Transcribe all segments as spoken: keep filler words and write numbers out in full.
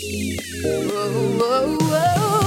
Oh, oh, oh.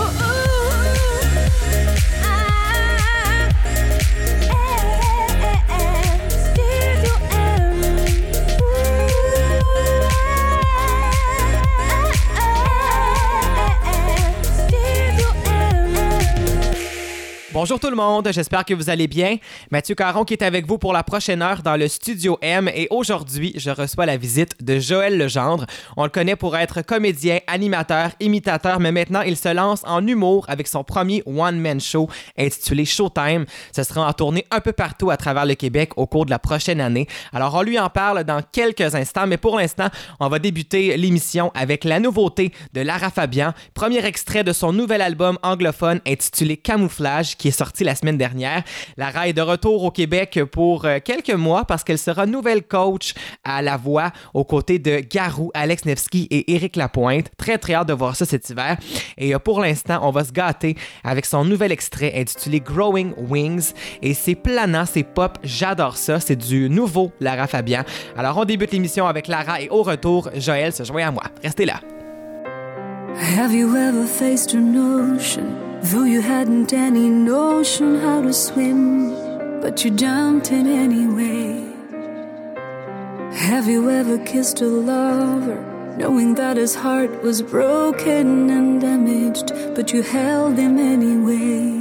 Bonjour tout le monde, j'espère que vous allez bien. Mathieu Caron qui est avec vous pour la prochaine heure dans le Studio M et aujourd'hui, je reçois la visite de Joël Legendre. On le connaît pour être comédien, animateur, imitateur, mais maintenant il se lance en humour avec son premier one-man show intitulé Showtime. Ce sera en tournée un peu partout à travers le Québec au cours de la prochaine année. Alors on lui en parle dans quelques instants, mais pour l'instant, on va débuter l'émission avec la nouveauté de Lara Fabian, premier extrait de son nouvel album anglophone intitulé Camouflage qui est sorti la semaine dernière. Lara est de retour au Québec pour quelques mois parce qu'elle sera nouvelle coach à la voix aux côtés de Garou, Alex Nevsky et Éric Lapointe. Très très hâte de voir ça cet hiver. Et pour l'instant, on va se gâter avec son nouvel extrait intitulé Growing Wings. Et c'est planant, c'est pop, j'adore ça. C'est du nouveau Lara Fabian. Alors on débute l'émission avec Lara et au retour, Joël se joint à moi. Restez là. Have you ever faced an ocean, though you hadn't any notion how to swim, but you jumped in anyway? Have you ever kissed a lover, knowing that his heart was broken and damaged, but you held him anyway?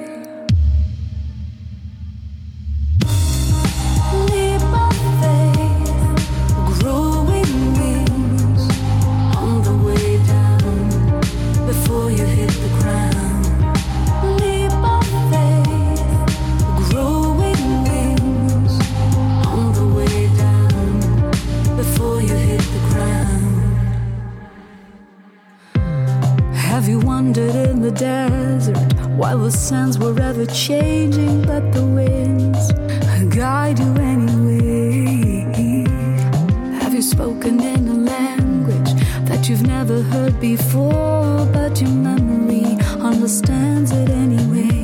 In the desert, while the sands were ever changing, but the winds guide you anyway. Have you spoken in a language that you've never heard before, but your memory understands it anyway?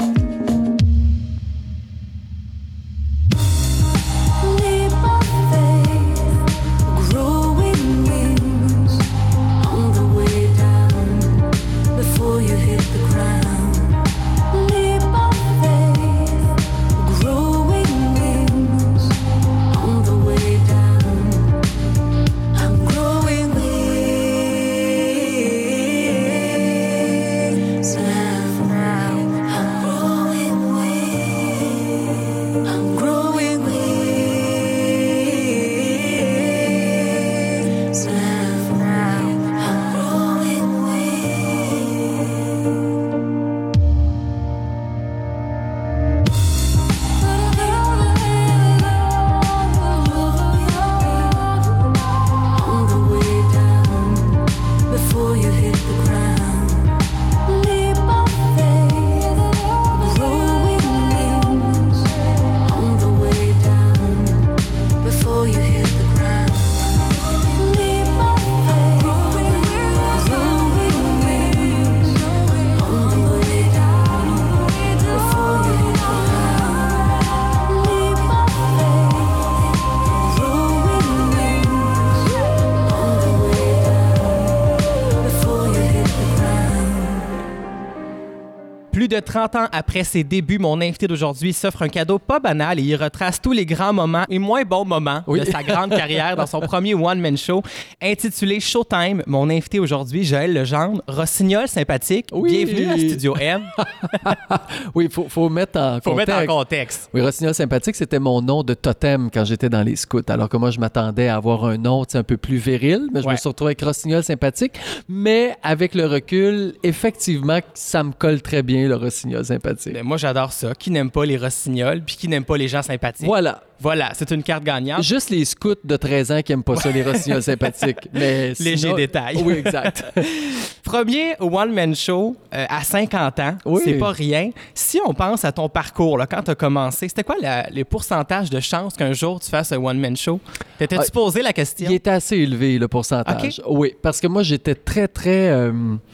Plus de trente ans après ses débuts, mon invité d'aujourd'hui s'offre un cadeau pas banal et il retrace tous les grands moments et moins bons moments oui. de sa grande carrière dans son premier one-man show intitulé Showtime. Mon invité aujourd'hui, Joël Legendre, rossignol sympathique. Oui. Bienvenue à Studio M. Oui, il faut, faut mettre en faut contexte. mettre en contexte. Oui, rossignol sympathique, c'était mon nom de totem quand j'étais dans les scouts. Alors que moi, je m'attendais à avoir un nom un peu plus viril, mais je ouais. me suis retrouvé avec rossignol sympathique. Mais avec le recul, effectivement, ça me colle très bien, le rossignol sympathique. Mais moi, j'adore ça. Qui n'aime pas les rossignols puis qui n'aime pas les gens sympathiques? Voilà. Voilà, c'est une carte gagnante. Juste les scouts de treize ans qui n'aiment pas ça, les rossignols sympathiques. Mais léger sinon... détail. Oui, exact. Premier one-man show euh, à cinquante ans, oui. c'est pas rien. Si on pense à ton parcours, là, quand tu as commencé, c'était quoi la, les pourcentages de chances qu'un jour tu fasses un one-man show? T'étais-tu ah, posé la question? Il était assez élevé, le pourcentage. Okay. Oui, parce que moi, j'étais très, très euh,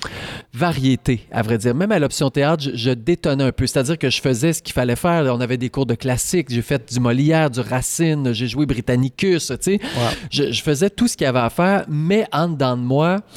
variété, à vrai dire. Même à l'option théâtre, je, je détonnais un peu. C'est-à-dire que je faisais ce qu'il fallait faire. On avait des cours de classique. J'ai fait du Molière, du Racine, j'ai joué Britannicus, tu sais. Wow. Je, je faisais tout ce qu'il y avait à faire, mais en dedans de moi, il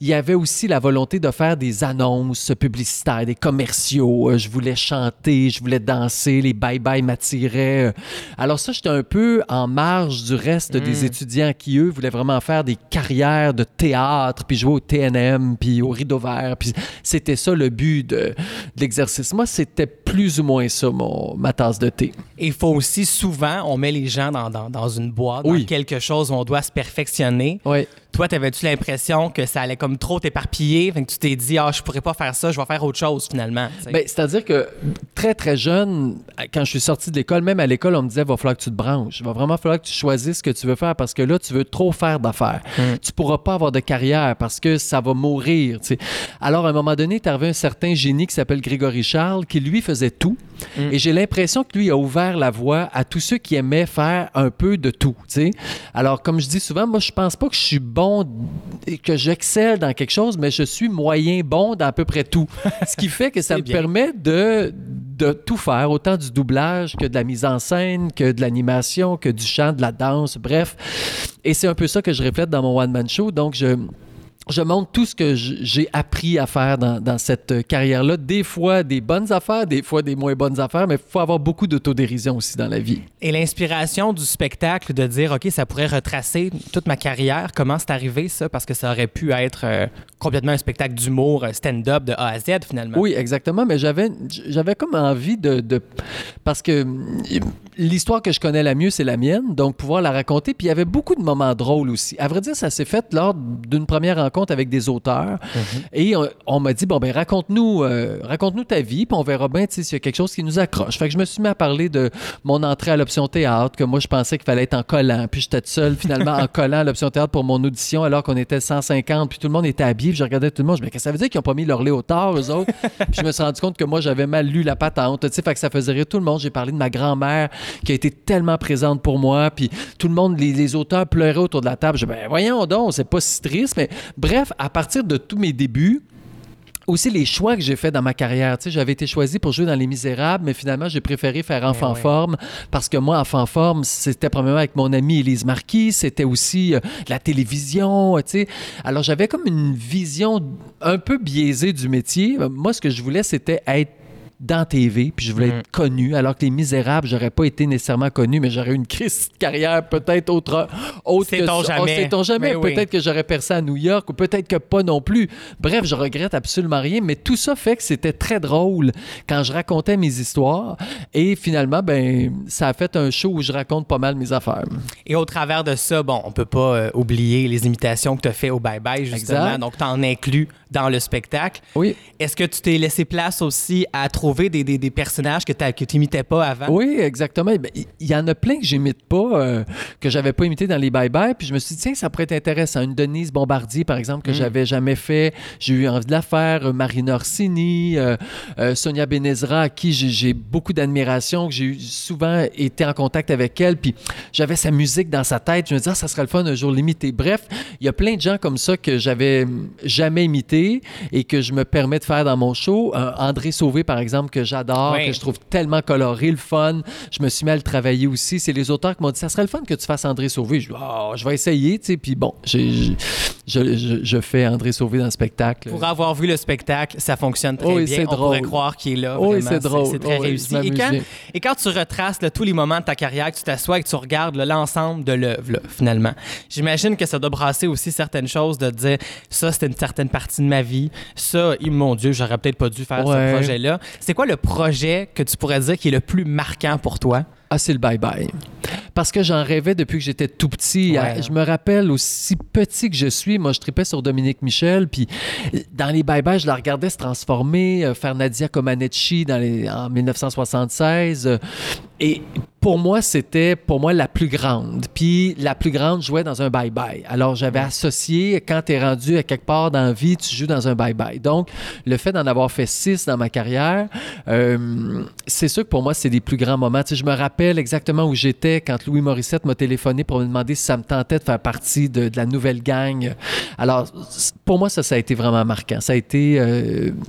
il y avait aussi la volonté de faire des annonces publicitaires, des commerciaux. Euh, je voulais chanter, je voulais danser, les bye-bye m'attiraient. Alors ça, j'étais un peu en marge du reste mmh. des étudiants qui, eux, voulaient vraiment faire des carrières de théâtre, puis jouer au T N M, puis au Rideau Vert. Puis c'était ça le but de, de l'exercice. Moi, c'était plus ou moins ça, mon, ma tasse de thé. Et il faut aussi, souvent, on met les gens dans, dans, dans une boîte, oui. dans quelque chose où on doit se perfectionner. Oui. Toi, t'avais-tu l'impression que ça allait comme trop t'éparpiller? Fait que tu t'es dit, ah, je pourrais pas faire ça, je vais faire autre chose finalement. Bien, c'est-à-dire que très, très jeune, quand je suis sorti de l'école, même à l'école, on me disait, il va falloir que tu te branches. Il va vraiment falloir que tu choisisses ce que tu veux faire parce que là, tu veux trop faire d'affaires. Mm. Tu pourras pas avoir de carrière parce que ça va mourir. T'sais. Alors, à un moment donné, il est arrivé un certain génie qui s'appelle Grégory Charles qui, lui, faisait tout. Mm. Et j'ai l'impression que lui a ouvert la voie à tous ceux qui aimaient faire un peu de tout. T'sais. Alors, comme je dis souvent, moi, je pense pas que je suis bon et que j'excelle dans quelque chose, mais je suis moyen bon dans à peu près tout. Ce qui fait que ça me bien. permet de, de tout faire, autant du doublage que de la mise en scène, que de l'animation, que du chant, de la danse, bref. Et c'est un peu ça que je reflète dans mon one-man show. Donc, je... Je montre tout ce que j'ai appris à faire dans, dans cette carrière-là. Des fois, des bonnes affaires, des fois, des moins bonnes affaires, mais il faut avoir beaucoup d'autodérision aussi dans la vie. Et l'inspiration du spectacle, de dire, OK, ça pourrait retracer toute ma carrière, comment c'est arrivé, ça? Parce que ça aurait pu être euh, complètement un spectacle d'humour, stand-up de A à Z, finalement. Oui, exactement, mais j'avais, j'avais comme envie de, de... Parce que l'histoire que je connais la mieux, c'est la mienne, donc pouvoir la raconter. Puis il y avait beaucoup de moments drôles aussi. À vrai dire, ça s'est fait lors d'une première rencontre avec des auteurs. Mm-hmm. Et on, on m'a dit, bon, ben raconte-nous, euh, raconte-nous ta vie, puis on verra bien s'il y a quelque chose qui nous accroche. Fait que je me suis mis à parler de mon entrée à l'option théâtre, que moi, je pensais qu'il fallait être en collant. Puis j'étais seul, finalement, en collant à l'option théâtre pour mon audition, alors qu'on était cent cinquante, puis tout le monde était habillé. Puis je regardais tout le monde, je me disais, qu'est-ce que ça veut dire qu'ils n'ont pas mis leur léotard, eux autres? Puis je me suis rendu compte que moi, j'avais mal lu la patente. Tu sais, fait que ça faisait rire tout le monde. J'ai parlé de ma grand-mère qui a été tellement présente pour moi, puis tout le monde, les, les auteurs pleuraient autour de la table. Je dis, ben voyons donc, c'est pas si triste, mais bref, à partir de tous mes débuts, aussi les choix que j'ai faits dans ma carrière. Tu sais, j'avais été choisi pour jouer dans Les Misérables, mais finalement, j'ai préféré faire Enfant ouais. forme parce que moi, Enfant forme, c'était premièrement avec mon amie Élise Marquis, c'était aussi euh, la télévision, tu sais. Alors, j'avais comme une vision un peu biaisée du métier. Moi, ce que je voulais, c'était être dans T V, puis je voulais mm. être connu, alors que Les Misérables, j'aurais pas été nécessairement connu, mais j'aurais eu une crise de carrière peut-être autre, autre sait-on que jamais. Oh, sait-on jamais. Mais peut-être oui. que j'aurais percé à New York, ou peut-être que pas non plus. Bref, je regrette absolument rien, mais tout ça fait que c'était très drôle quand je racontais mes histoires, et finalement, ben, ça a fait un show où je raconte pas mal mes affaires. Et au travers de ça, bon, on peut pas euh, oublier les imitations que tu as fait au Bye Bye, justement, exact. Donc t'en inclus dans le spectacle. Oui. Est-ce que tu t'es laissé place aussi à trouver des, des, des personnages que tu n'imitais pas avant? Oui, exactement. Il y en a plein que j'imite pas, euh, que j'avais pas imité dans les Bye Bye, puis je me suis dit, tiens, ça pourrait être intéressant. Une Denise Bombardier, par exemple, que mm. j'avais jamais fait. J'ai eu envie de la faire. Marina Orsini, euh, euh, Sonia Benezra, à qui j'ai, j'ai beaucoup d'admiration, que j'ai souvent été en contact avec elle, puis j'avais sa musique dans sa tête. Je me disais, ah, ça serait le fun un jour l'imiter. Bref, il y a plein de gens comme ça que j'avais jamais imité et que je me permets de faire dans mon show. Euh, André Sauvé, par exemple, que j'adore, oui. que je trouve tellement coloré, le fun. Je me suis mis à le travailler aussi. C'est les auteurs qui m'ont dit, ça serait le fun que tu fasses André Sauvé. Je dis, oh, je vais essayer, tu sais. Puis bon, j'ai, je, je, je fais André Sauvé dans le spectacle. Pour avoir vu le spectacle, ça fonctionne très oui, bien. C'est On drôle. pourrait croire qu'il est là. Oui, vraiment. c'est drôle. C'est, c'est très oui, réussi. Et quand, et quand tu retraces là, tous les moments de ta carrière, que tu t'assois et que tu regardes là, l'ensemble de l'œuvre, là, finalement, j'imagine que ça doit brasser aussi certaines choses, de te dire, ça, c'était une certaine partie de ma vie. Ça, mon Dieu, j'aurais peut-être pas dû faire ouais. ce projet-là. C'est quoi le projet que tu pourrais dire qui est le plus marquant pour toi? Ah, c'est le Bye Bye. Parce que j'en rêvais depuis que j'étais tout petit. Ouais. Je me rappelle, aussi petit que je suis, moi, je tripais sur Dominique Michel, puis dans les Bye Bye, je la regardais se transformer, faire Nadia Comaneci dans les, en dix-neuf cent soixante-seize. Et pour moi, c'était pour moi la plus grande. Puis la plus grande jouait dans un Bye Bye. Alors, j'avais ouais. associé, quand tu es rendu à quelque part dans la vie, tu joues dans un Bye Bye. Donc, le fait d'en avoir fait six dans ma carrière, euh, c'est sûr que pour moi, c'est les plus grands moments. Tu sais, je me rappelle exactement où j'étais quand Louis Morissette m'a téléphoné pour me demander si ça me tentait de faire partie de, de la nouvelle gang. Alors, pour moi, ça, ça a été vraiment marquant. Ça a été... Euh,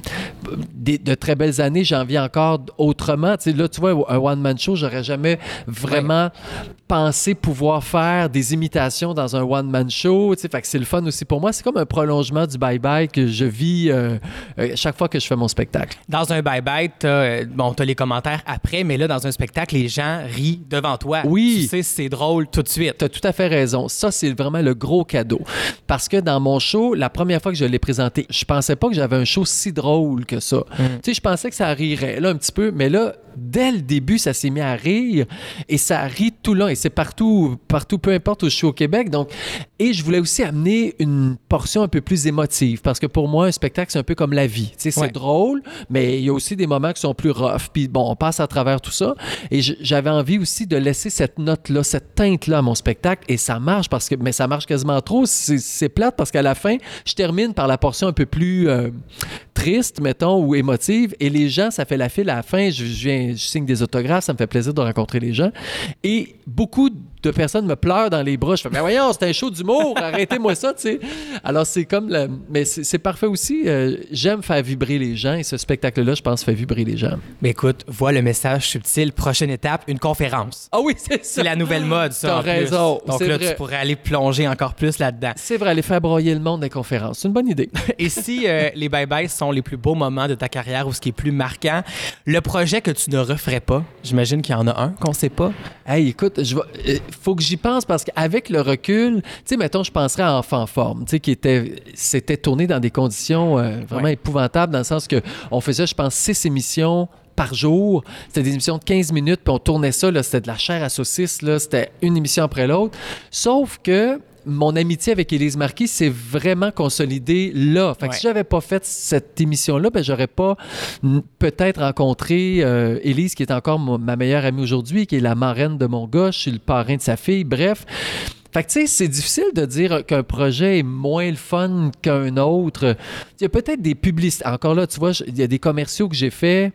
des, de très belles années, j'en vis encore autrement. Tu sais, là, tu vois, un one-man show, j'aurais jamais vraiment ouais. pensé pouvoir faire des imitations dans un one-man show. Tu sais, fait que c'est le fun aussi pour moi. C'est comme un prolongement du bye-bye que je vis euh, euh, chaque fois que je fais mon spectacle. Dans un bye-bye, t'as, bon, t'as les commentaires après, mais là, dans un spectacle, les gens rient devant toi. Oui. Tu sais, c'est drôle tout de suite. T'as tout à fait raison. Ça, c'est vraiment le gros cadeau. Parce que dans mon show, la première fois que je l'ai présenté, je pensais pas que j'avais un show si drôle que ça. Mm. Tu sais, je pensais que ça rirait là un petit peu, mais là, dès le début, ça s'est mis à rire et ça rit tout le long. Et c'est partout, partout, peu importe où je suis au Québec. Donc, et je voulais aussi amener une portion un peu plus émotive parce que pour moi, un spectacle, c'est un peu comme la vie. Tu sais, c'est ouais. drôle, mais il y a aussi des moments qui sont plus rough. Puis bon, on passe à travers tout ça. Et j'avais envie aussi de laisser cette note-là, cette teinte-là à mon spectacle. Et ça marche parce que, mais ça marche quasiment trop. C'est, c'est plate parce qu'à la fin, je termine par la portion un peu plus euh, triste, mettons, ou émotive. Et les gens, ça fait la file à la fin. Je, je viens je signe des autographes, ça me fait plaisir de rencontrer les gens. Et beaucoup de personnes me pleurent dans les bras. Je fais, mais voyons, c'est un show d'humour, arrêtez-moi ça, tu sais. Alors, c'est comme, le... mais c'est, c'est parfait aussi. Euh, j'aime faire vibrer les gens et ce spectacle-là, je pense, fait vibrer les gens. Mais écoute, vois le message subtil. Prochaine étape, une conférence. Ah oui, c'est ça. C'est la nouvelle mode, ça. T'as en raison. Plus. Donc c'est là, vrai. Tu pourrais aller plonger encore plus là-dedans. C'est vrai, aller faire broyer le monde des conférences. C'est une bonne idée. Et si euh, les bye-bye sont les plus beaux moments de ta carrière ou ce qui est plus marquant, le projet que tu ne referais pas, j'imagine qu'il y en a un qu'on sait pas. Hey, écoute, il euh, faut que j'y pense parce qu'avec le recul, tu sais, mettons, je penserais à Enfant Forme, tu sais, qui était, c'était tourné dans des conditions euh, vraiment ouais. épouvantables, dans le sens que on faisait, je pense, six émissions par jour. C'était des émissions de quinze minutes, puis on tournait ça, là, c'était de la chair à saucisse, là, c'était une émission après l'autre. Sauf que mon amitié avec Élise Marquis s'est vraiment consolidée là. Fait que ouais. si j'avais pas fait cette émission-là, ben j'aurais pas n- peut-être rencontré euh, Élise, qui est encore m- ma meilleure amie aujourd'hui, qui est la marraine de mon gars, je suis le parrain de sa fille, bref. Fait que, tu sais, c'est difficile de dire qu'un projet est moins le fun qu'un autre. Il y a peut-être des publicités. Encore là, tu vois, il y a des commerciaux que j'ai faits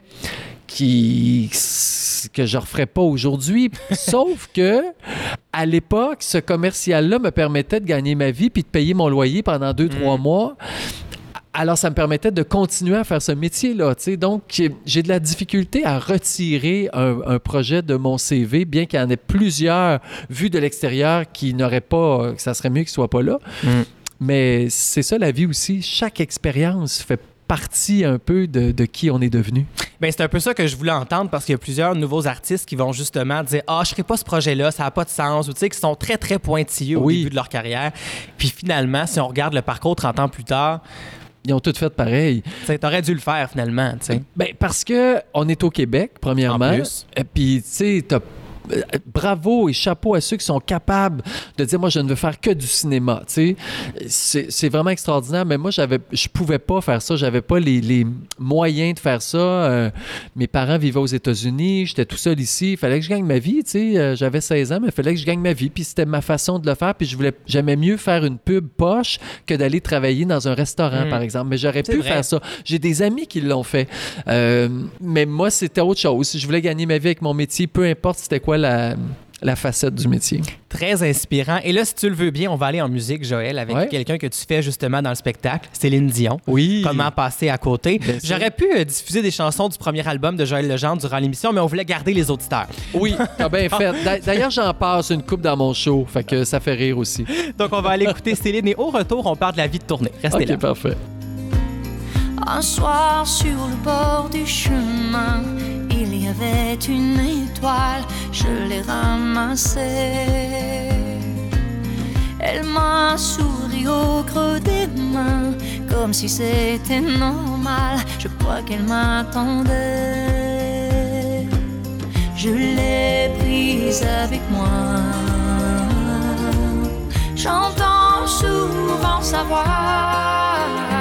qui que je ne referais pas aujourd'hui. Sauf que, à l'époque, ce commercial-là me permettait de gagner ma vie puis de payer mon loyer pendant deux, mmh. trois mois. Alors, ça me permettait de continuer à faire ce métier-là. Tu sais. Donc, j'ai de la difficulté à retirer un, un projet de mon C V, bien qu'il y en ait plusieurs vus de l'extérieur qui n'auraient pas, que ça serait mieux qu'ils ne soient pas là. Mmh. Mais c'est ça la vie aussi. Chaque expérience fait partie un peu de, de qui on est devenu. Bien, c'est un peu ça que je voulais entendre parce qu'il y a plusieurs nouveaux artistes qui vont justement dire « Ah, je ne ferai pas ce projet-là, ça n'a pas de sens » ou tu sais, qui sont très, très pointilleux au oui. début de leur carrière. Puis finalement, si on regarde le parcours trente ans plus tard, ils ont tout fait pareil. Tu aurais dû le faire finalement, tu sais. Bien, parce qu'on est au Québec, premièrement. En plus. Et puis, tu sais, t'as bravo et chapeau à ceux qui sont capables de dire, moi, je ne veux faire que du cinéma, tu sais. C'est, c'est vraiment extraordinaire, mais moi, j'avais, je pouvais pas faire ça. J'avais pas les, les moyens de faire ça. Euh, mes parents vivaient aux États-Unis, j'étais tout seul ici. Il fallait que je gagne ma vie, tu sais. Euh, j'avais seize ans, mais il fallait que je gagne ma vie. Puis c'était ma façon de le faire. Puis je voulais, j'aimais mieux faire une pub poche que d'aller travailler dans un restaurant, mmh. par exemple. Mais j'aurais c'est pu vrai. faire ça. J'ai des amis qui l'ont fait. Euh, mais moi, c'était autre chose. Je voulais gagner ma vie avec mon métier, peu importe c'était quoi la, la facette du métier. Très inspirant. Et là, si tu le veux bien, on va aller en musique, Joël, avec ouais. quelqu'un que tu fais justement dans le spectacle, Céline Dion. Oui. Comment passer à côté. Bien J'aurais sûr. pu euh, diffuser des chansons du premier album de Joël Legendre durant l'émission, mais on voulait garder les auditeurs. Oui, t'as bien fait. D'ailleurs, j'en passe une coupe dans mon show, fait que ça fait rire aussi. Donc, on va aller écouter Céline et au retour, on parle de la vie de tournée. Restez okay, là. OK, parfait. Un soir sur le bord du chemin, il y avait une étoile, je l'ai ramassée. Elle m'a souri au creux des mains, comme si c'était normal. Je crois qu'elle m'attendait. Je l'ai prise avec moi. J'entends souvent sa voix.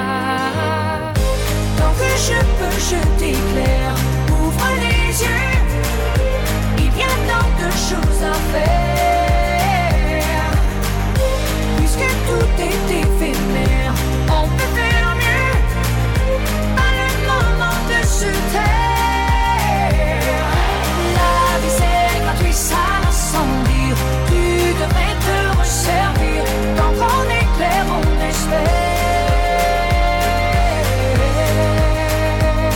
Tant que je peux, je t'éclaire. Ouvre les yeux, il y a tant de choses à faire. Puisque tout est éphémère, on peut faire mieux. Pas le moment de se taire. La vie c'est gratuit, ça va sans dire. Tu devrais te resservir. Tant qu'on est clair, on espère.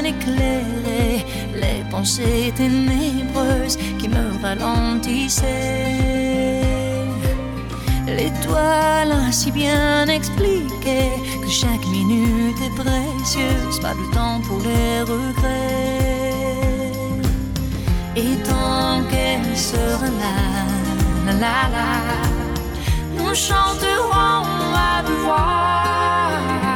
bien éclairé les pensées ténébreuses qui me ralentissaient. L'étoile a si bien expliqué que chaque minute est précieuse, pas de temps pour les regrets. Et tant qu'elle sera là, la la la, nous chanterons à deux voix.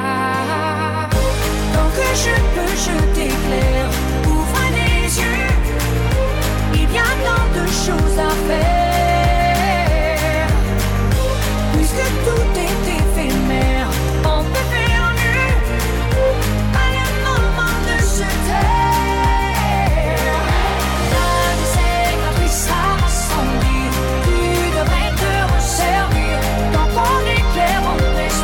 Tant que je peux, je t'éclaire, ouvre les yeux, il y a tant de choses à faire. Puisque tout est éphémère, on peut faire mieux, pas le moment de se taire. La vie c'est gratuit, ça va sans dire, tu devrais te resservir, tant qu'on éclaire, on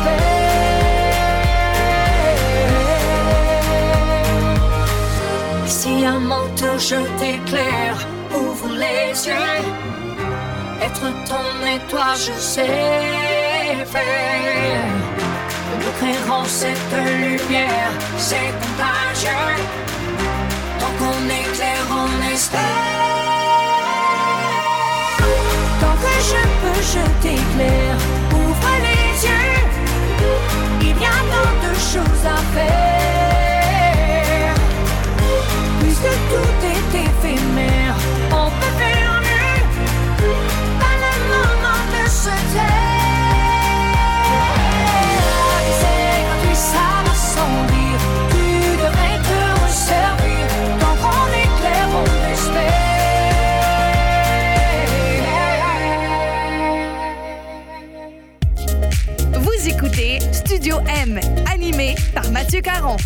espère. Si à mon tour je t'éclaire, ouvre les yeux, être ton étoile, je sais faire. Nous créerons cette lumière, c'est contagieux. Tant qu'on éclaire, on espère. Tant que je peux, je t'éclaire. Ouvre les yeux, il y a tant de choses à faire. Puisque tout est éphémère, on peut faire mieux. Pas le moment de se taire. C'est gratuit, ça va sans dire. Tu devrais te resservir. Tant qu'on éclaire, on espère. Vous écoutez Studio M, animé par Mathieu Caron.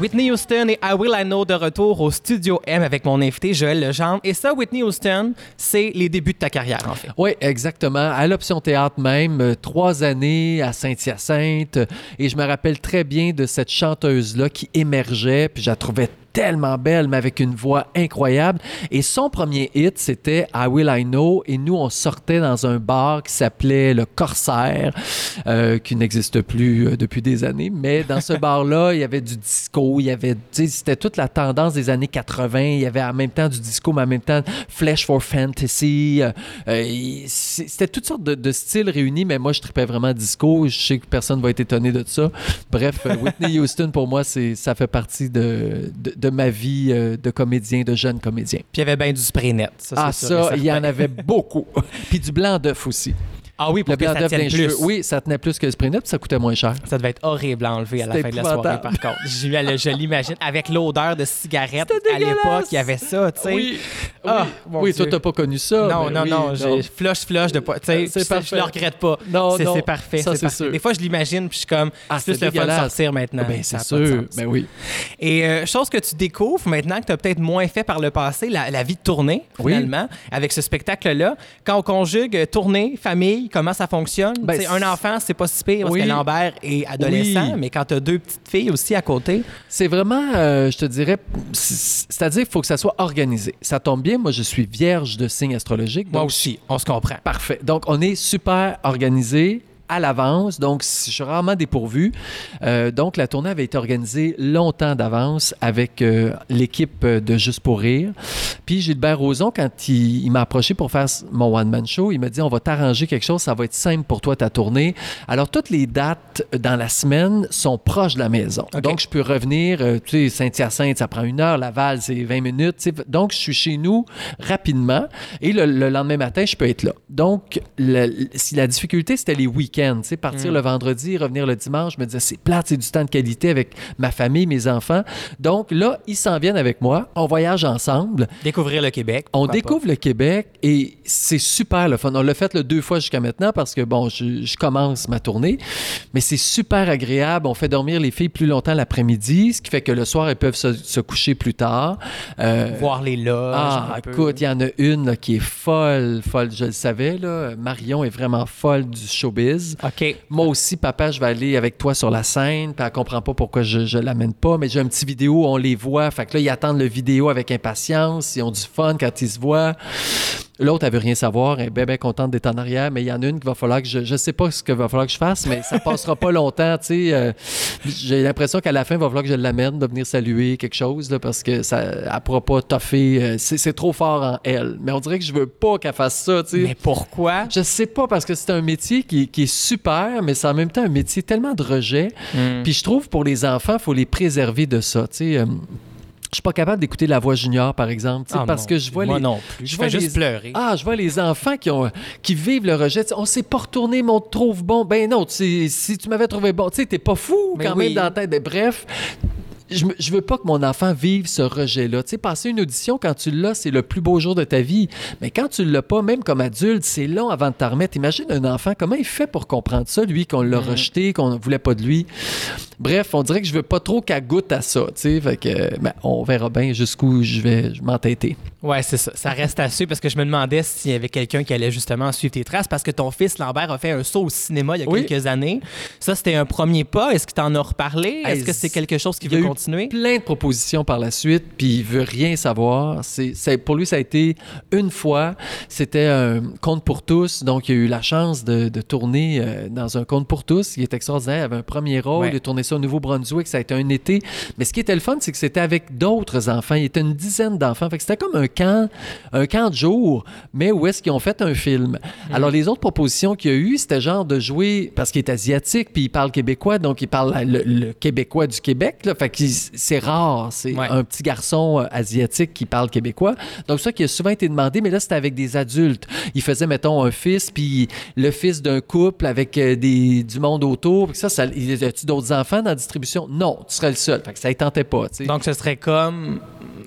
Whitney Houston et I Will I Know de retour au Studio M avec mon invité Joël Legendre. Et ça, Whitney Houston, c'est les débuts de ta carrière, en fait. Oui, exactement. À l'Option Théâtre même, euh, trois années à Saint-Hyacinthe. Et je me rappelle très bien de cette chanteuse-là qui émergeait, puis je la trouvais tellement belle, mais avec une voix incroyable. Et son premier hit, c'était I Will I Know. Et nous, on sortait dans un bar qui s'appelait Le Corsaire, euh, qui n'existe plus euh, depuis des années. Mais dans ce bar-là, il y avait du disco, il y avait, tu sais, c'était toute la tendance des années quatre-vingts. Il y avait en même temps du disco, mais en même temps Flesh for Fantasy. Euh, euh, c'était toutes sortes de, de styles réunis, mais moi, je tripais vraiment disco. Je sais que personne ne va être étonné de ça. Bref, euh, Whitney Houston, pour moi, c'est, ça fait partie de, de, de ma vie euh, de comédien, de jeune comédien. Puis il y avait bien du spray net. Ça, ah, c'est ça, il y en avait beaucoup. Puis du blanc d'œuf aussi. Ah oui, pour le que blanc ça d'œuf tienne dans les plus. cheveux. Oui, ça tenait plus que le spray net, puis ça coûtait moins cher. Ça devait être horrible à enlever à la C'était fin de la soirée, épouvantable. par contre. Je, je l'imagine. Avec l'odeur de cigarette, C'était à dégueulasse. l'époque, il y avait ça, tu sais. Oui, Ah, oui, mon oui Dieu. toi, t'as pas connu ça. Non, mais non, oui, non, j'ai flush, flush de pas. Tu sais, C'est ça, je parfait. le regrette pas. Non, c'est, non, c'est parfait. ça, c'est c'est parfait. sûr. Des fois, je l'imagine, puis je suis comme, Ah, c'est plus c'est le fun de dégueulasse. sortir maintenant. Ben, Ça c'est a pas de sûr. sens. Ben oui. Et euh, chose que tu découvres maintenant que tu as peut-être moins fait par le passé, la, la vie de tournée, Oui. finalement, avec ce spectacle-là. Quand on conjugue euh, tournée, famille, comment ça fonctionne? Ben, Tu sais, un c'est- enfant, c'est pas si pire parce Oui. que Lambert est adolescent, Oui. mais quand tu as deux petites filles aussi à côté, C'est vraiment, euh, je te dirais, c- c'est-à-dire qu'il faut que ça soit organisé. Ça tombe bien, moi, je suis vierge de signes astrologiques. moi donc aussi, on se comprend. Parfait. Donc, on est super organisé à l'avance, donc je suis rarement dépourvu. Euh, donc, la tournée avait été organisée longtemps d'avance avec euh, l'équipe de Juste pour rire. Puis Gilbert Rozon, quand il, il m'a approché pour faire mon one-man show, il m'a dit, on va t'arranger quelque chose, ça va être simple pour toi, ta tournée. Alors, toutes les dates dans la semaine sont proches de la maison. OK. Donc, je peux revenir, euh, tu sais, Saint-Hyacinthe, ça prend une heure, Laval, c'est vingt minutes. tu sais. Donc, je suis chez nous rapidement et le, le lendemain matin, je peux être là. Donc, le- le- si la difficulté, c'était les week-ends, tu sais, partir le vendredi, revenir le dimanche, je me disais, c'est plate, c'est du temps de qualité avec ma famille, mes enfants. Donc, là, ils s'en viennent avec moi, on voyage ensemble. Découvrir le Québec. On pourquoi découvre le Québec et c'est super le fun. On l'a fait le deux fois jusqu'à maintenant parce que, bon, je, je commence ma tournée, mais c'est super agréable. On fait dormir les filles plus longtemps l'après-midi, ce qui fait que le soir, elles peuvent se, se coucher plus tard. Euh, pas? Voir les loges. ah, un peu. écoute, il y en a une là, qui est folle, folle, je le savais, là. Marion est vraiment folle du showbiz. OK. Moi aussi, papa, je vais aller avec toi sur la scène, puis elle comprend pas pourquoi je, je l'amène pas, mais j'ai un petit vidéo, on les voit, fait que là, ils attendent le vidéo avec impatience, ils ont du fun quand ils se voient. L'autre, elle veut rien savoir, elle est bien, bien contente d'être en arrière, mais il y en a une qui va falloir que je... Je sais pas ce qu'il va falloir que je fasse, mais ça passera pas longtemps, tu sais. Euh, j'ai l'impression qu'à la fin, il va falloir que je l'amène, de venir saluer quelque chose, là, parce que ça, elle pourra pas toffer. euh, c'est, c'est trop fort en elle. Mais on dirait que je veux pas qu'elle fasse ça, tu sais. Mais pourquoi? Je sais pas, parce que c'est un métier qui, qui est super, mais c'est en même temps un métier tellement de rejet. Hmm. Puis je trouve, pour les enfants, il faut les préserver de ça, tu sais. Euh, je suis pas capable d'écouter La Voix junior, par exemple, tu sais, Ah, parce mon que je vois Moi les... non plus. Je, je fais vois juste les- pleurer. Ah, je vois les enfants qui, ont, qui vivent le rejet. Tu sais, on s'est pas retourné, mais on te trouve bon. Ben non, tu sais, si tu m'avais trouvé bon, tu sais, t'es pas fou Mais quand oui. même dans la tête. Ben, bref, je, me- je veux pas que mon enfant vive ce rejet-là. Tu sais, passer une audition, quand tu l'as, c'est le plus beau jour de ta vie. Mais quand tu l'as pas, même comme adulte, c'est long avant de t'en remettre. Imagine un enfant, comment il fait pour comprendre ça, lui, qu'on l'a rejeté, qu'on ne voulait pas de lui. Bref, on dirait que je veux pas trop qu'elle goûte à ça, tu sais. Fait que, ben, on verra bien jusqu'où je vais m'entêter. Ouais, c'est ça. Ça reste à suivre parce que je me demandais s'il y avait quelqu'un qui allait justement suivre tes traces parce que ton fils Lambert a fait un saut au cinéma il y a Oui. quelques années. Ça, c'était un premier pas. Est-ce qu'il t'en a reparlé? Hey, Est-ce que c'est quelque chose qu'il il y a veut eu continuer? Plein de propositions par la suite, puis il veut rien savoir. C'est, c'est- pour lui, ça a été une fois. C'était un conte pour tous, donc il a eu la chance de, de tourner euh, dans un conte pour tous. Il est extraordinaire. Il avait un premier rôle. Ouais. Il a tourné ça au Nouveau-Brunswick. Ça a été un été. Mais ce qui était le fun, c'est que c'était avec d'autres enfants. Il était une dizaine d'enfants. Fait que c'était comme un camp, un camp de jour, mais où est-ce qu'ils ont fait un film. Alors, les autres propositions qu'il y a eu, c'était genre de jouer, parce qu'il est asiatique, puis il parle québécois, donc il parle le, le québécois du Québec. Là, fait que c'est rare. C'est Ouais. un petit garçon euh, asiatique qui parle québécois. Donc, ça qui a souvent été demandé, mais là, c'était avec des adultes. Il faisait, mettons, un fils, puis le fils d'un couple avec euh, des, du monde autour. Puis ça, ça, y a-tu d'autres enfants dans la distribution? Non, tu serais le seul. Fait que ça ne tentait pas, tu sais. Donc, ce serait comme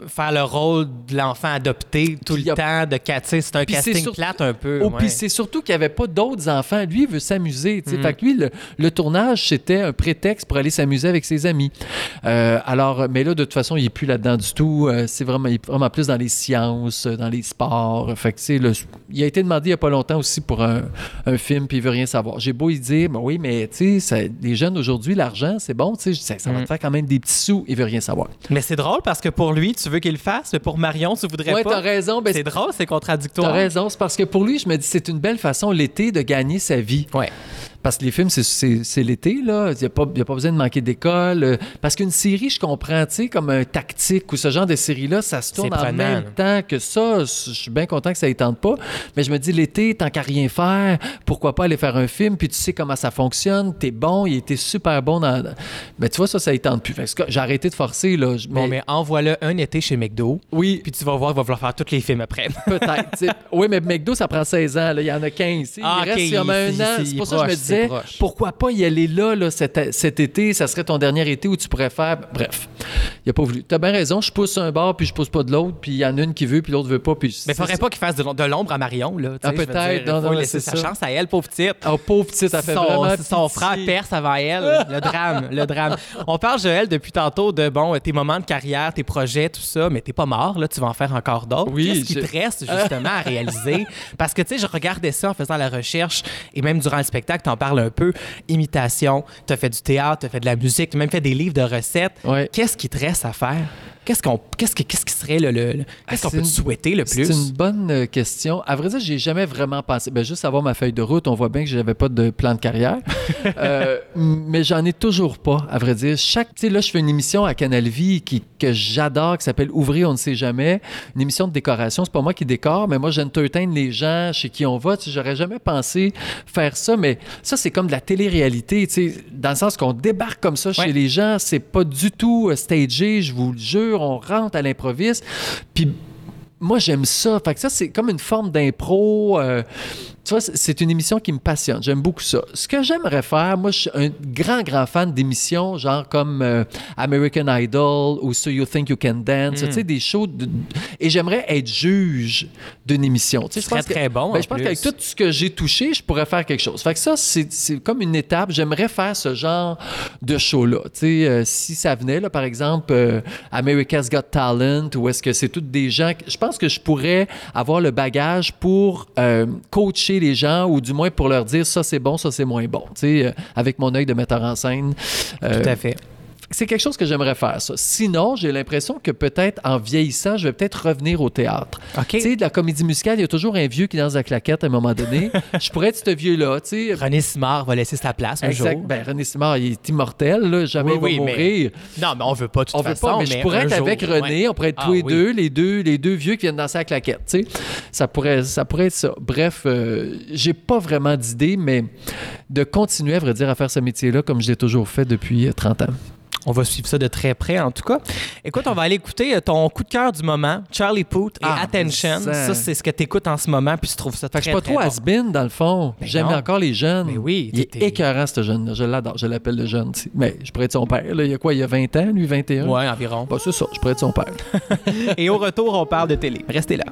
faire le rôle de l'enfant adopté tout Puis le a... temps, de casting. C'est un puis casting c'est sur... plate un peu. Oh, ouais. Puis c'est surtout qu'il n'y avait pas d'autres enfants. Lui, il veut s'amuser. Mm. Fait que lui, le, le tournage, c'était un prétexte pour aller s'amuser avec ses amis. Euh, alors, mais là, de toute façon, il n'est plus là-dedans du tout. Euh, c'est vraiment, il est vraiment plus dans les sciences, dans les sports. Fait que, le, il a été demandé il n'y a pas longtemps aussi pour un, un film, puis il veut rien savoir. J'ai beau y dire, ben oui, mais tu sais, les jeunes aujourd'hui, l'argent, c'est bon, tu sais, ça va mm. te faire quand même des petits sous. Il veut rien savoir. Mais c'est drôle parce que pour lui, tu veux qu'il le fasse, mais pour Marion, tu voudrais ouais, pas. Oui, t'as raison. Ben, c'est drôle, c'est contradictoire. T'as raison, c'est parce que pour lui, je me dis, c'est une belle façon l'été de gagner sa vie. Ouais. Parce que les films, c'est, c'est, c'est l'été, là. Il n'y a pas, il y a pas besoin de manquer d'école. Euh, parce qu'une série, je comprends, tu sais, comme un tactique ou ce genre de série-là, ça se tourne en même temps que ça. Je suis bien content que ça ne tente pas. Mais je me dis, l'été, tant qu'à rien faire, pourquoi pas aller faire un film? Puis tu sais comment ça fonctionne. T'es bon, il était super bon dans... Mais tu vois, ça, ça ne tente plus. Fait que j'ai arrêté de forcer, là. Bon, mais, mais envoie-le un été chez McDo. Oui. Puis tu vas voir, il va vouloir faire tous les films après. Peut-être. Oui, mais McDo, ça prend seize ans. Là. Il y en a quinze. Ah, il reste okay, comme un il, an. il, c'est il pour proche, ça que je me disais, pourquoi pas y aller là, là cet, cet été, ça serait ton dernier été où tu pourrais faire... Bref, il a pas voulu. T'as bien raison, je pousse un bord, puis je pousse pas de l'autre, puis il y en a une qui veut, puis l'autre veut pas. Puis mais il faudrait pas qu'il fasse de, de l'ombre à Marion, là. Ah, peut-être. Il faut non, non, laisser sa ça. chance à elle, pauvre petite. Oh, pauvre petite, elle fait son, vraiment son frère perce avant elle. Le drame, le drame. On parle, Joël, depuis tantôt de, bon, tes moments de carrière, tes projets, tout ça, mais t'es pas mort, là, tu vas en faire encore d'autres. Oui, Qu'est-ce qui je... te reste, justement, à réaliser? Parce que, tu sais, je regardais ça en faisant la recherche, et même durant le spectacle, t'en parles un peu, imitation, t'as fait du théâtre, t'as fait de la musique, t'as même fait des livres de recettes. Ouais. Qu'est-ce qui te reste à faire? Qu'est-ce, qu'on, qu'est-ce, que, qu'est-ce qui serait le, le, le qu'est-ce qu'on peut une, te souhaiter le plus? C'est une bonne question. À vrai dire, j'ai jamais vraiment pensé. Ben, juste avoir ma feuille de route, on voit bien que j'avais pas de plan de carrière. euh, mais j'en ai toujours pas, à vrai dire. Chaque, tu sais, là, je fais une émission à Canal Vie qui, que j'adore, qui s'appelle Ouvrir, on ne sait jamais. Une émission de décoration. C'est pas moi qui décore, mais moi, j'entertain les gens chez qui on va. Tu sais, j'aurais jamais pensé faire ça, mais ça, c'est comme de la télé-réalité, tu sais, dans le sens qu'on débarque comme ça chez ouais. les gens. C'est pas du tout stagé, je vous le jure. On rentre à l'improviste. Puis moi, j'aime ça. Fait que ça, c'est comme une forme d'impro. Euh, tu vois, c'est une émission qui me passionne. J'aime beaucoup ça. Ce que j'aimerais faire, moi, je suis un grand, grand fan d'émissions, genre comme euh, American Idol ou So You Think You Can Dance, mm. tu sais, des shows. De... Et j'aimerais être juge d'une émission. Tu sais, je pense très que, bon. Ben, je pense plus. Qu'avec tout ce que j'ai touché, je pourrais faire quelque chose. Fait que ça, c'est, c'est comme une étape. J'aimerais faire ce genre de show-là. Tu sais, euh, si ça venait, là, par exemple, euh, America's Got Talent, ou est-ce que c'est toutes des gens... Je pense que je pourrais avoir le bagage pour euh, coacher les gens, ou du moins pour leur dire ça c'est bon, ça c'est moins bon, tu sais, euh, avec mon œil de metteur en scène. Euh, Tout à fait. C'est quelque chose que j'aimerais faire, ça. Sinon, j'ai l'impression que peut-être en vieillissant, je vais peut-être revenir au théâtre. Okay. Tu sais, de la comédie musicale, il y a toujours un vieux qui danse la claquette à un moment donné. Je pourrais être ce vieux-là, tu sais. René Simard va laisser sa place un exact. jour. Ben, René Simard, il est immortel, là. Jamais oui, il va oui, mourir. Mais... Non, mais on veut pas de toute on façon. Veut pas, mais, mais je pourrais être jour, avec René, ouais. on pourrait être ah, tous les oui. deux, les deux, les deux vieux qui viennent danser la claquette, tu sais. Ça pourrait, ça pourrait être ça. Bref, euh, j'ai pas vraiment d'idée, mais de continuer, à vrai dire, à faire ce métier-là comme je l'ai toujours fait depuis trente ans. On va suivre ça de très près, en tout cas. Écoute, on va aller écouter ton coup de cœur du moment, Charlie Puth et ah, Attention. Ça... ça, c'est ce que tu écoutes en ce moment, puis tu trouves ça très, très bon. Je suis pas trop has-been, dans le fond. Ben J'aime non. encore les jeunes. Mais oui. Il est écœurant, ce jeune-là. Je l'adore. Je l'appelle le jeune. T'sais. Mais je pourrais être son père. Là. Il y a quoi? Il y a vingt ans, lui, vingt et un? Ouais, environ. Bah, c'est ça. Je pourrais être son père. Et au retour, on parle de télé. Restez là.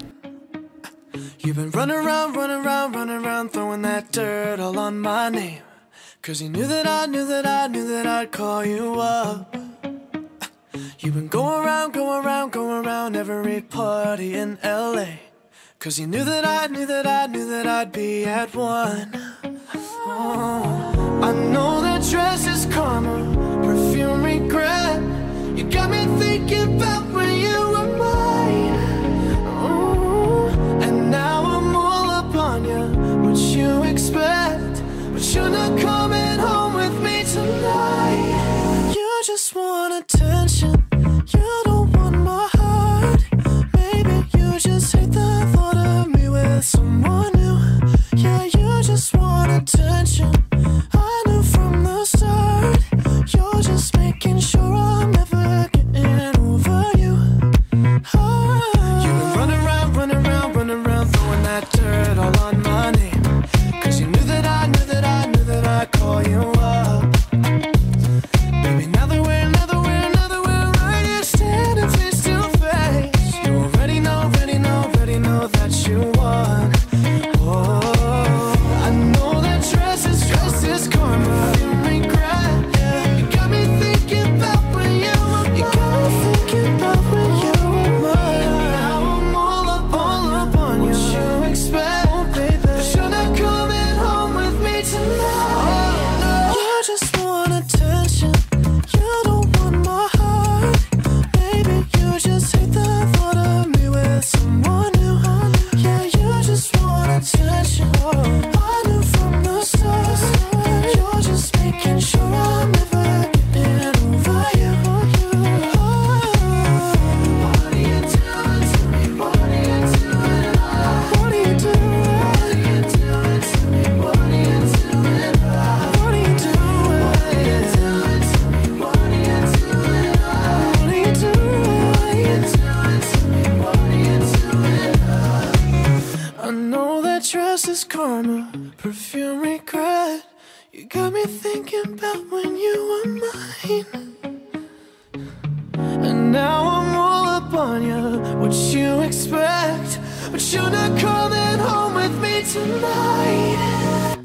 You've been running around, running around, running around, throwing that dirt all on my name. Cause you knew that I knew that I knew that I'd call you up. You've been going around, going around, going around every party in L A. Cause you knew that I knew that I knew that I'd be at one. Oh, I know that dress is karma, perfume regret. You got me thinking about when you were mine. Oh, and now I'm all up on you, what you expect. But you're not coming home with me tonight. You just want attention. You don't want my heart. Maybe you just hate the thought of me with someone new. Yeah, you just want attention. I knew from the start. You're just making sure I'm never getting over you. karma, perfume regret. You got me thinking about when you were mine. And now I'm all up on you, what you expect. But you're not coming home with me tonight.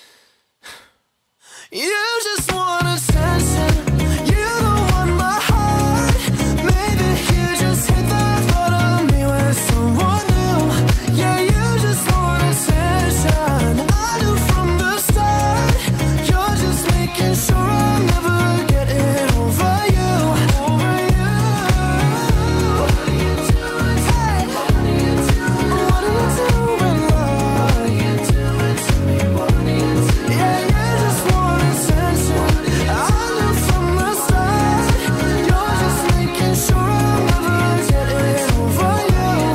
You just want attention. You don't want my heart. Maybe you just hit the thought of me with someone new. Yeah, you just want attention. I knew from the start. You're just making sure I'm never getting over you. Over you. What are you doing? Hey. What are you doing? What are you doing? What are you doing to me? What are you doing? Yeah, you just want attention. I knew from the start. You're just making sure I'm never getting over you.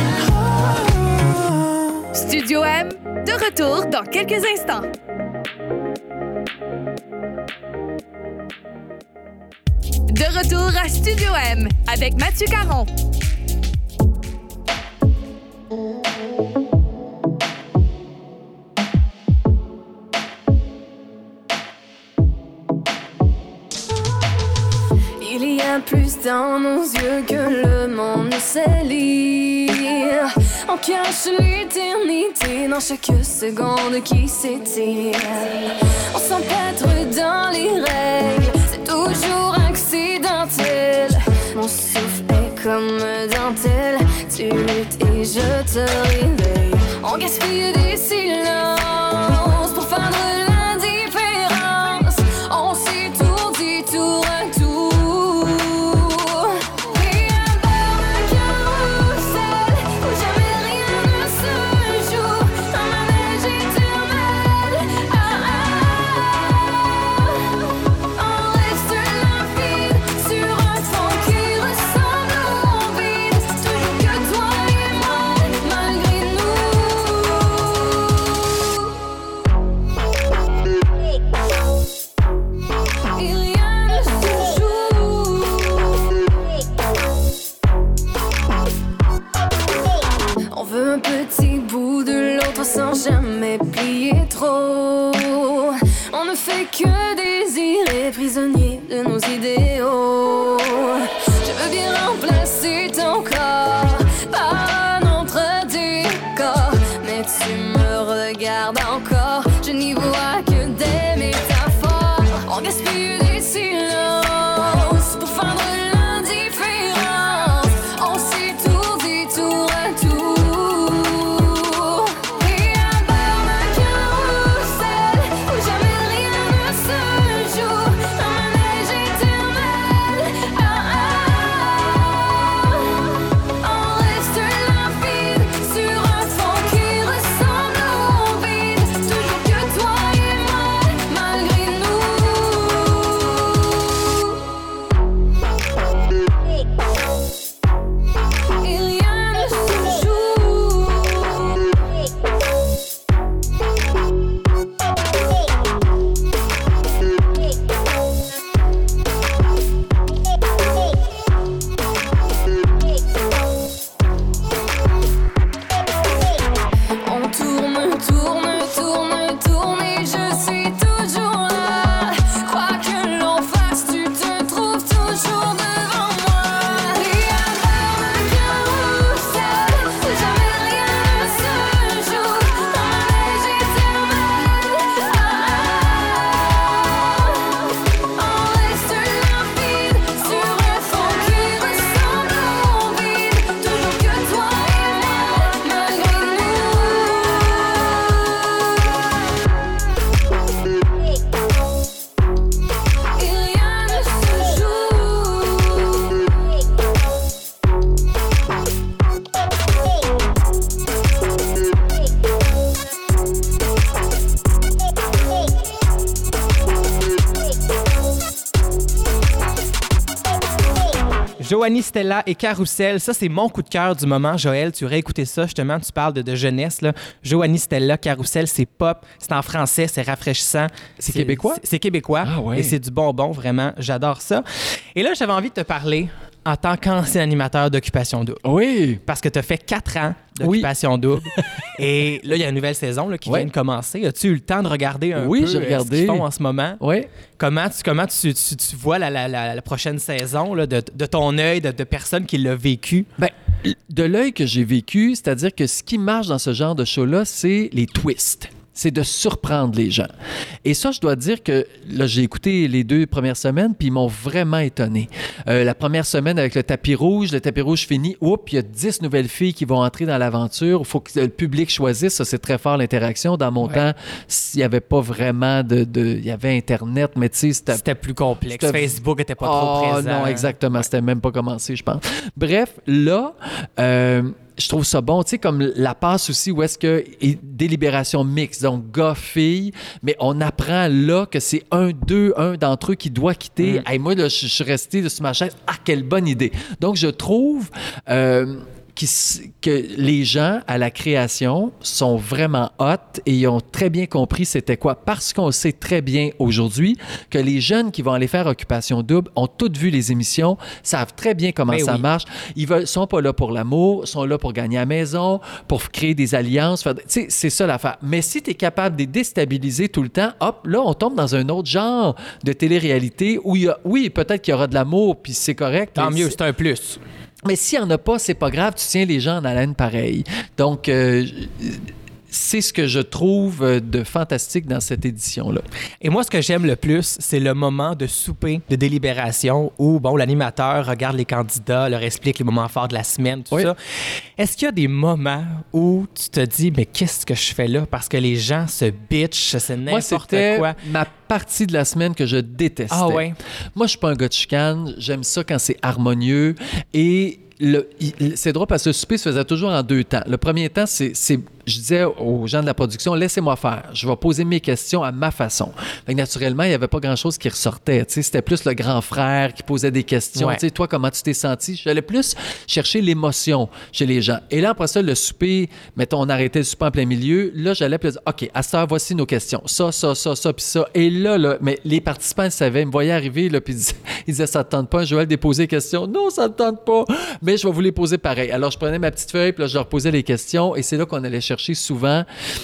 Oh. Studio M, de retour dans quelques instants. De retour à Studio M avec Mathieu Caron. Il y a plus dans nos yeux que le monde ne sait lire. On cache l'éternité dans chaque seconde qui s'étire. On s'empêtre dans les règles, c'est toujours accidentel. Mon souffle est comme dentelle, tu luttes et je te réveille. On gaspille des silences pour feindre l'indifférence. On s'étourdit tour à tour. Et à bord d'un carrousel où jamais rien ne se joue, un manège éternel. Ah, ah, on reste limpide sur un fond qui ressemble au vide. Toujours que toi et moi, malgré nous. Et rien ne se joue. On veut un petit bout de l'autre sans jamais plier trop. On ne fait que désirer, prisonnier de nos idéaux. Je veux bien remplacer ton corps par un autre décor, mais tu me regardes encore, je n'y vois que des métaphores. On gaspille des silences pour feindre l'indifférence. On s'étourdit tour à tour. Et à bord d'un carrousel où jamais rien ne se joue, un manège éternel. Ah, ah, on reste limpide sur un fond qui ressemble au vide. Toujours que toi et moi, malgré nous. Et rien ne se joue. On tourne, tourne, tourne, tourne et je suis toujours là. Quoi que l'on fasse, tu te trouves toujours devant moi. Et à bord d'un carrousel où jamais rien ne se joue, un manège éternel. Ah, on reste limpide sur un fond qui ressemble au vide. Toujours que toi et moi, malgré nous. Et rien ne se joue. Joanie Stella et Carousel, ça c'est mon coup de cœur du moment. Joël, tu aurais écouté ça, justement, tu parles de, de jeunesse. Là. Joanie Stella, Carousel, c'est pop, c'est en français, c'est rafraîchissant. C'est québécois? C'est, c'est québécois Ah ouais. et c'est du bonbon, vraiment. J'adore ça. Et là, j'avais envie de te parler en tant qu'ancien animateur d'Occupation Double. Oui. Parce que tu as fait quatre ans d'Occupation oui. Double. Et là, il y a une nouvelle saison là, qui ouais. vient de commencer. As-tu eu le temps de regarder un oui, peu j'ai regardé. ce qu'ils font en ce moment? Oui. Comment tu, comment tu, tu, tu vois la, la, la, la prochaine saison là, de, de ton œil, de, de personnes qui l'ont vécu? Ben, de l'œil que j'ai vécu, c'est-à-dire que ce qui marche dans ce genre de show-là, c'est les twists. C'est de surprendre les gens. Et ça, je dois dire que là, j'ai écouté les deux premières semaines, puis ils m'ont vraiment étonné. Euh, la première semaine avec le tapis rouge, le tapis rouge fini, oups, il y a dix nouvelles filles qui vont entrer dans l'aventure. Il faut que le public choisisse. Ça, c'est très fort, l'interaction. Dans mon ouais. temps, il n'y avait pas vraiment de... de il y avait Internet, mais tu sais, c'était... C'était plus complexe. C'était... Facebook n'était pas oh, trop présent. Non, exactement. Ouais. C'était même pas commencé, je pense. Bref, là... Euh, je trouve ça bon, tu sais, comme la passe aussi où est-ce que délibération mixte, donc gars-filles, mais on apprend là que c'est un, deux, un d'entre eux qui doit quitter. Mm. Hey, moi, là, je suis resté sur ma chaise. Ah, quelle bonne idée! Donc, je trouve... Euh, que les gens à la création sont vraiment hot et ils ont très bien compris c'était quoi. Parce qu'on sait très bien aujourd'hui que les jeunes qui vont aller faire Occupation Double ont toutes vu les émissions, savent très bien comment Mais ça oui. marche. Ils ne sont pas là pour l'amour, sont là pour gagner à la maison, pour créer des alliances. Faire... Tu sais, c'est ça l'affaire. Mais si tu es capable de les déstabiliser tout le temps, hop, là, on tombe dans un autre genre de télé-réalité où il y a, oui, peut-être qu'il y aura de l'amour, puis c'est correct. Tant mieux, c'est... c'est un plus. Mais s'il n'y en a pas, c'est pas grave, tu tiens les gens en haleine pareil. Donc, euh, c'est ce que je trouve de fantastique dans cette édition-là. Et moi, ce que j'aime le plus, c'est le moment de souper, de délibération, où bon, l'animateur regarde les candidats, leur explique les moments forts de la semaine, tout oui. ça. Est-ce qu'il y a des moments où tu te dis, mais qu'est-ce que je fais là? Parce que les gens se bitchent, c'est n'importe moi, c'était quoi. Ma partie de la semaine que je détestais. Ah ouais? Moi, je suis pas un gars de chicane. J'aime ça quand c'est harmonieux. Et le, il, c'est drôle parce que le souper se faisait toujours en deux temps. Le premier temps, c'est... c'est je disais aux gens de la production, laissez-moi faire. Je vais poser mes questions à ma façon. Fait que naturellement, il n'y avait pas grand-chose qui ressortait. T'sais, c'était plus le grand frère qui posait des questions. Ouais. Toi, comment tu t'es senti? J'allais plus chercher l'émotion chez les gens. Et là, après ça, le souper, mettons, on arrêtait le souper en plein milieu. Là, j'allais plus dire, OK, à cette heure, voici nos questions. Ça, ça, ça, ça, puis ça. Et là, là, mais les participants, ils savaient, ils me voyaient arriver, là, puis ils disaient, ils disaient, ça ne te tente pas, Joël, de poser des questions. Non, ça ne te tente pas. Mais je vais vous les poser pareil. Alors, je prenais ma petite feuille, puis là, je leur posais les questions. Et c'est là qu'on allait chercher souvent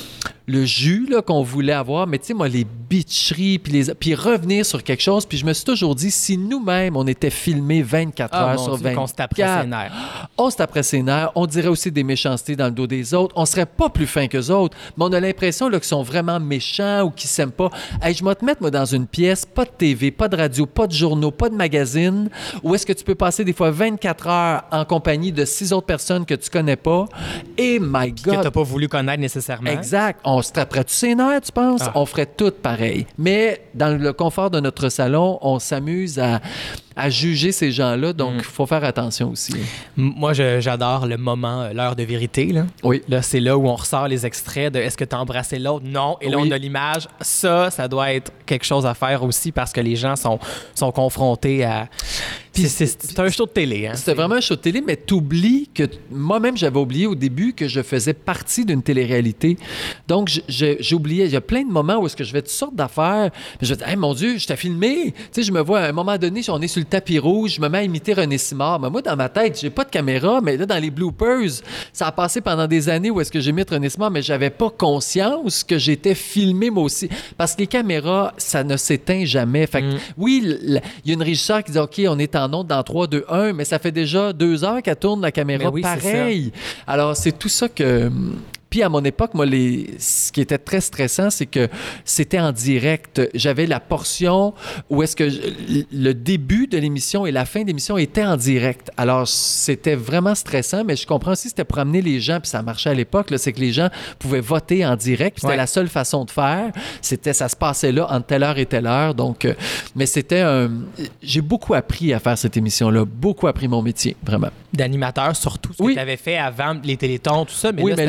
le jus là, qu'on voulait avoir, mais tu sais, moi, les bitcheries, puis, les... puis revenir sur quelque chose, puis je me suis toujours dit, si nous-mêmes, on était filmés vingt-quatre ah, heures sur vingt-quatre... on se taperait ses nerfs. On se taperait ses nerfs, on dirait aussi des méchancetés dans le dos des autres, on serait pas plus fins qu'eux autres, mais on a l'impression là, qu'ils sont vraiment méchants ou qu'ils s'aiment pas. Hey, je vais te mettre, moi, dans une pièce, pas de T V, pas de radio, pas de journaux, pas de magazine, où est-ce que tu peux passer des fois vingt-quatre heures en compagnie de six autres personnes que tu connais pas, et my God... Que t'as pas voulu connaître nécessairement. Exact. On se taperait-tu ses nerfs, tu penses? Ah. On ferait tout pareil. Mais dans le confort de notre salon, on s'amuse à, à juger ces gens-là, donc il mm. faut faire attention aussi. Moi, je, j'adore le moment, l'heure de vérité. Là. Oui. Là, c'est là où on ressort les extraits de « Est-ce que tu as embrassé l'autre? » Non. Et là, oui. on a l'image. Ça, ça doit être quelque chose à faire aussi parce que les gens sont, sont confrontés à... Puis c'est, c'est, c'est un show de télé. Hein? C'était vraiment un show de télé, mais t'oublies que... Moi-même, j'avais oublié au début que je faisais partie d'une télé-réalité. Donc, j'ai oublié. Il y a plein de moments où est-ce que je fais toutes sortes d'affaires. Je vais dire, hey, mon Dieu, je t'ai filmé. Tu sais, je me vois à un moment donné, on est sur le tapis rouge, je me mets à imiter René Simard. Mais moi, dans ma tête, j'ai pas de caméra, mais là, dans les bloopers, ça a passé pendant des années où est-ce que j'imite René Simard, mais j'avais pas conscience que j'étais filmé moi aussi. Parce que les caméras, ça ne s'éteint jamais. Fait que, mm. oui, il y a une régisseur qui dit, OK, on est en onde dans trois, deux, un, mais ça fait déjà deux heures qu'elle tourne la caméra oui, pareil. Alors, c'est tout ça que... Puis à mon époque, moi, les... ce qui était très stressant, c'est que c'était en direct. J'avais la portion où est-ce que je... le début de l'émission et la fin de l'émission étaient en direct. Alors, c'était vraiment stressant, mais je comprends aussi que c'était pour amener les gens, puis ça marchait à l'époque, là, c'est que les gens pouvaient voter en direct, puis c'était ouais. la seule façon de faire. C'était, ça se passait là, entre telle heure et telle heure. Donc, euh... mais c'était un... J'ai beaucoup appris à faire cette émission-là, beaucoup appris mon métier, vraiment. D'animateur, surtout, ce oui. que tu avais fait avant les télétons, tout ça, mais oui, là, mais c'était là, vraiment...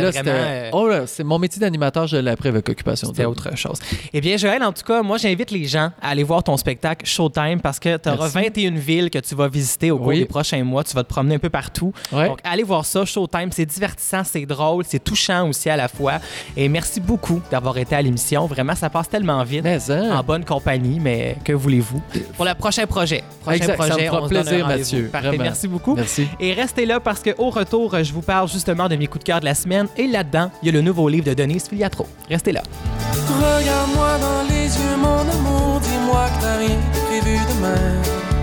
euh, oh là, c'est mon métier d'animateur, je l'ai appris avec Occupation c'était Double. autre chose. Eh bien, Joël, en tout cas, moi, j'invite les gens à aller voir ton spectacle Showtime parce que tu auras Merci. vingt et une villes que tu vas visiter au cours Oui. des prochains mois. Tu vas te promener un peu partout. Ouais. Donc, allez voir ça, Showtime. C'est divertissant, c'est drôle, c'est touchant aussi à la fois. Et merci beaucoup d'avoir été à l'émission. Vraiment, ça passe tellement vite. Mais hein. En bonne compagnie, mais que voulez-vous? Pour le prochain projet. Prochain Exact, ça me projet, fera on se donne un plaisir, rendez-vous. Mathieu, Parfait, vraiment. merci beaucoup. Merci. Et restez là parce qu'au retour, je vous parle justement de mes coups de cœur de la semaine. Et là-dedans, il y a le nouveau livre de Denise Filiatro. Restez là. Regarde-moi dans les yeux, mon amour, dis-moi que t'as rien prévu demain.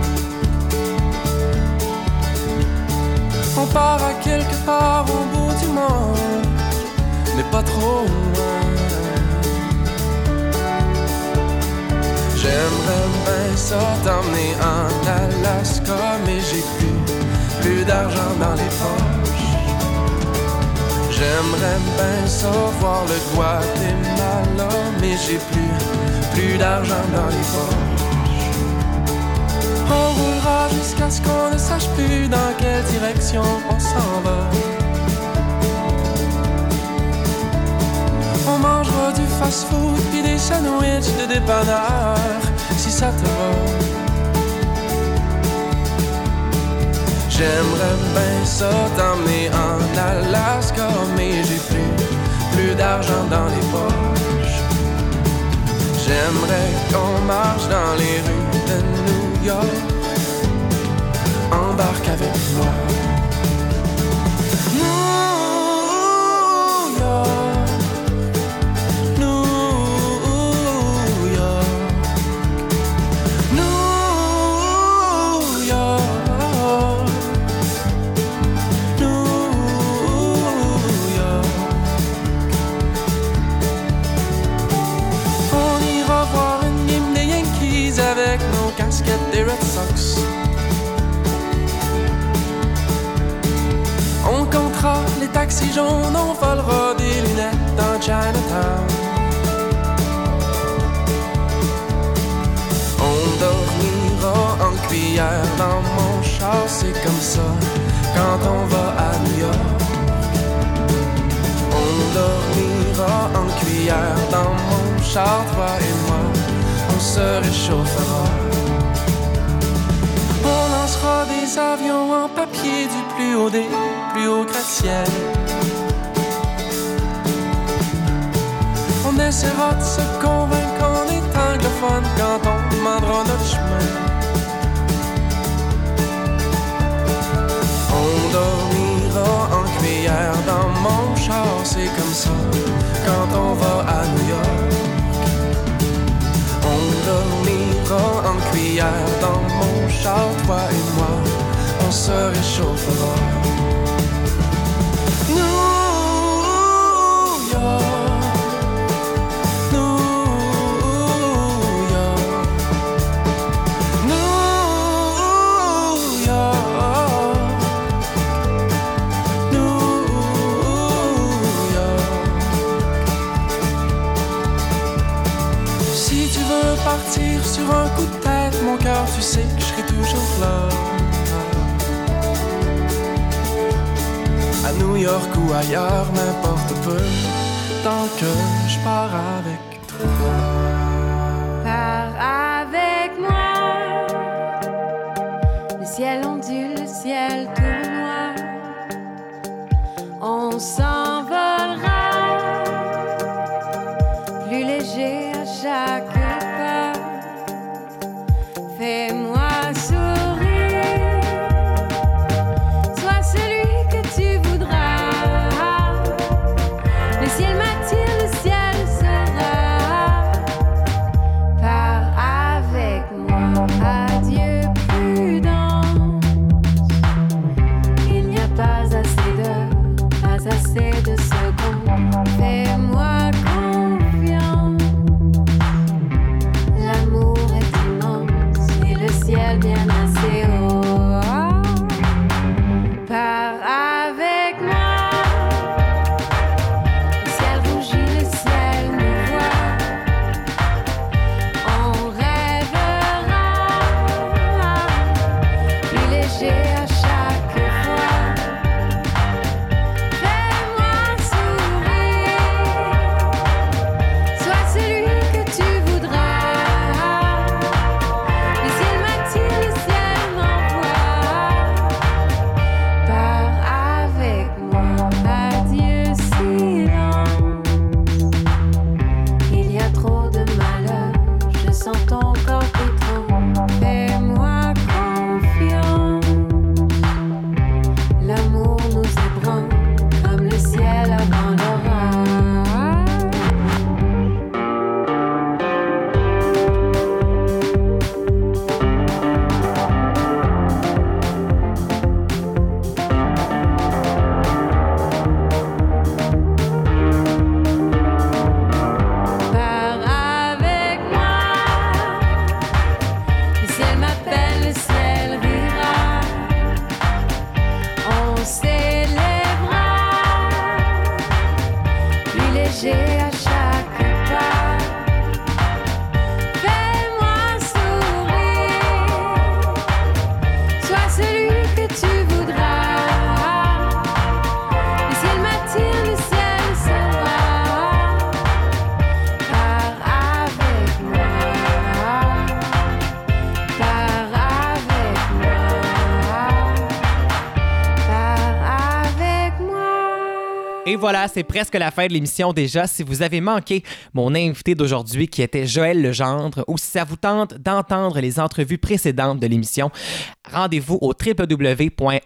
On part à quelque part au bout du monde, mais pas trop loin. J'aimerais bien ça t'emmener en Alaska, mais j'ai plus, plus d'argent dans les poches. J'aimerais bien ça voir le Guatemala, mais j'ai plus, plus d'argent dans les poches. On roulera jusqu'à ce qu'on ne sache plus dans quelle direction on s'en va. On mangera du fast-food puis des sandwichs de dépanneur, si ça te va. J'aimerais bien ça t'emmener en Alaska, mais j'ai plus, plus d'argent dans les poches. J'aimerais qu'on marche dans les rues de New York. Embarque avec moi. New York, New York, New York, New York. On ira voir une game des Yankees avec nos casquettes des Red Sox. On comptera les taxis jaunes, on volera des lunettes dans Chinatown. On dormira en cuillère dans mon char, c'est comme ça quand on va à New York. On dormira en cuillère dans mon char, toi et moi, on se réchauffera. On lancera des avions en papier du plus haut des plus hauts gratte-ciel. On essaiera de se convaincre qu'on est anglophone quand on demandera notre chemin. On dormira en cuillère dans mon char, c'est comme ça quand on va à New York. On dormira en cuillère dans mon char, toi et moi, on se réchauffera. New York, New York, New York, New York. Si tu veux partir sur un coup de tête, mon cœur, tu sais que je serai toujours là. À New York ou ailleurs, n'importe peu, tant que je pars avec toi. Pars avec moi. Le ciel ondule, le ciel tournoie. On s'envolera, plus léger à chaque pas. Fais-moi sourire, sois celui que tu voudras. Le ciel m'attire, le ciel sera. Pars avec moi, adieu prudence. Il n'y a pas assez d'heures, pas assez de secondes. Fais-moi confiance. L'amour est immense et le ciel bien assez haut. Pars avec moi. Le ciel rougit, le ciel nous voit. On rêvera, plus léger à chaque fois. Fais-moi sourire. Et voilà, c'est presque la fin de l'émission déjà. Si vous avez manqué mon invité d'aujourd'hui qui était Joël Legendre ou si ça vous tente d'entendre les entrevues précédentes de l'émission, rendez-vous au w w w point